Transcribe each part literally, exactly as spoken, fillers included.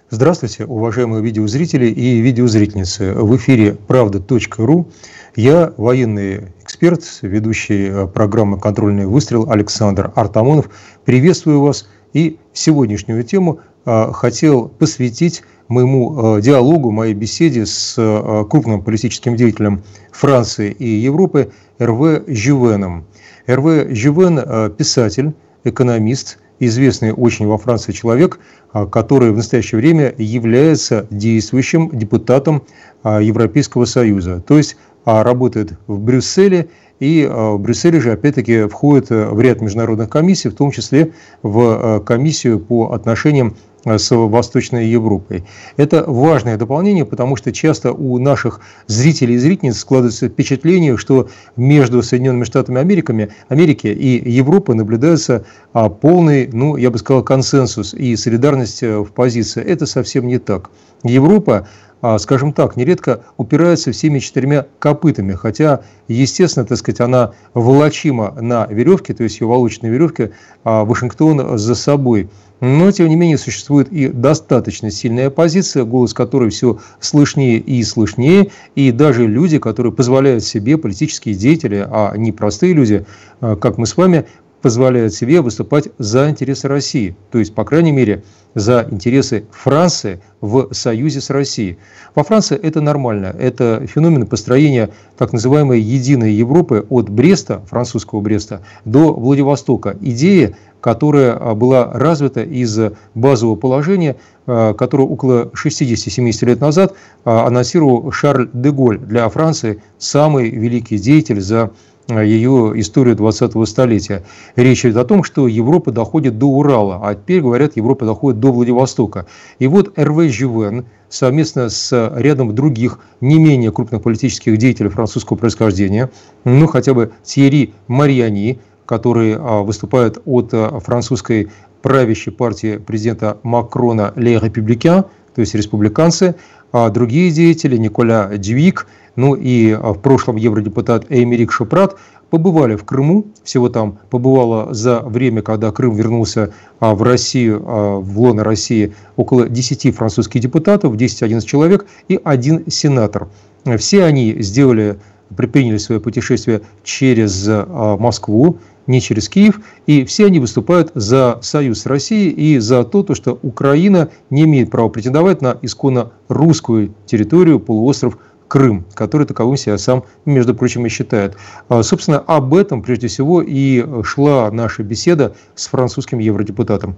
Здравствуйте, уважаемые видеозрители и видеозрительницы. В эфире правда точка ру. Я военный эксперт, ведущий э, программы «Контрольный выстрел» Александр Артамонов. Приветствую вас. И сегодняшнюю тему э, хотел посвятить моему э, диалогу, моей беседе с э, крупным политическим деятелем Франции и Европы Эрве Жювеном. Эрве Жювен э, – писатель, экономист, известный очень во Франции человек, который в настоящее время является действующим депутатом Европейского Союза. То есть работает в Брюсселе, и в Брюсселе же опять-таки входит в ряд международных комиссий, в том числе в комиссию по отношениям с Восточной Европой. Это важное дополнение, потому что часто у наших зрителей и зрительниц складывается впечатление, что между Соединенными Штатами Америки, Америки и Европой наблюдается полный, ну, я бы сказал, консенсус и солидарность в позиции. Это совсем не так. Европа, скажем так, нередко упирается всеми четырьмя копытами, хотя, естественно, так сказать, она волочима на веревке, то есть ее волочат на веревке, а Вашингтон за собой. Но, тем не менее, существует и достаточно сильная оппозиция, голос которой все слышнее и слышнее, и даже люди, которые позволяют себе, политические деятели, а не простые люди, как мы с вами, позволяют себе выступать за интересы России, то есть, по крайней мере, за интересы Франции в союзе с Россией. Во Франции это нормально. Это феномен построения так называемой единой Европы от Бреста, французского Бреста, до Владивостока. Идея, которая была развита из базового положения, которое около шестидесяти-семидесяти лет назад анонсировал Шарль де Голль. Для Франции самый великий деятель за ее историю двадцатого столетия. Речь идет о том, что Европа доходит до Урала, а теперь, говорят, Европа доходит до Владивостока. И вот Эрве Жювен совместно с рядом других не менее крупных политических деятелей французского происхождения, ну хотя бы Тьерри Марьяни, который выступает от французской правящей партии президента Макрона «Les Républicains», то есть республиканцы, а другие деятели, Николя Дюик, ну и в прошлом евродепутат Эймерик Шопрат, побывали в Крыму, всего там побывало за время, когда Крым вернулся в Россию, в лоно России, около десяти французских депутатов, десять-одиннадцать человек и один сенатор. Все они сделали, предприняли свое путешествие через Москву, не через Киев, и все они выступают за союз с Россией и за то, что Украина не имеет права претендовать на исконно русскую территорию, полуостров Крым, который таковым себя сам, между прочим, и считает. Собственно, об этом, прежде всего, и шла наша беседа с французским евродепутатом.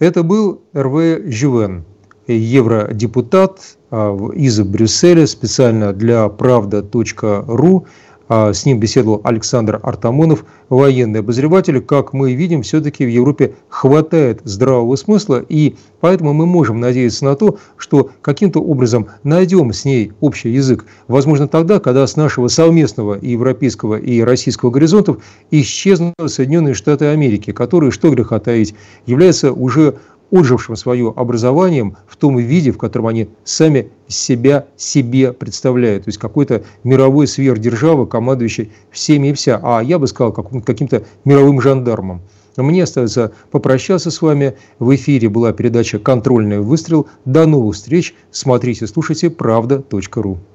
Это был Эрве Жювен, евродепутат из Брюсселя, специально для правда точка ру. С ним беседовал Александр Артамонов, военный обозреватель. Как мы видим, все-таки в Европе хватает здравого смысла, и поэтому мы можем надеяться на то, что каким-то образом найдем с ней общий язык. Возможно, тогда, когда с нашего совместного и европейского, и российского горизонтов исчезнут Соединенные Штаты Америки, которые, что греха таить, являются уже отжившим свое образованием в том виде, в котором они сами себя себе представляют. То есть какой-то мировой сверхдержавы, командующий всеми и вся. А я бы сказал, каким-то мировым жандармом. Мне остается попрощаться с вами. В эфире была передача «Контрольный выстрел». До новых встреч. Смотрите, слушайте правда точка ру.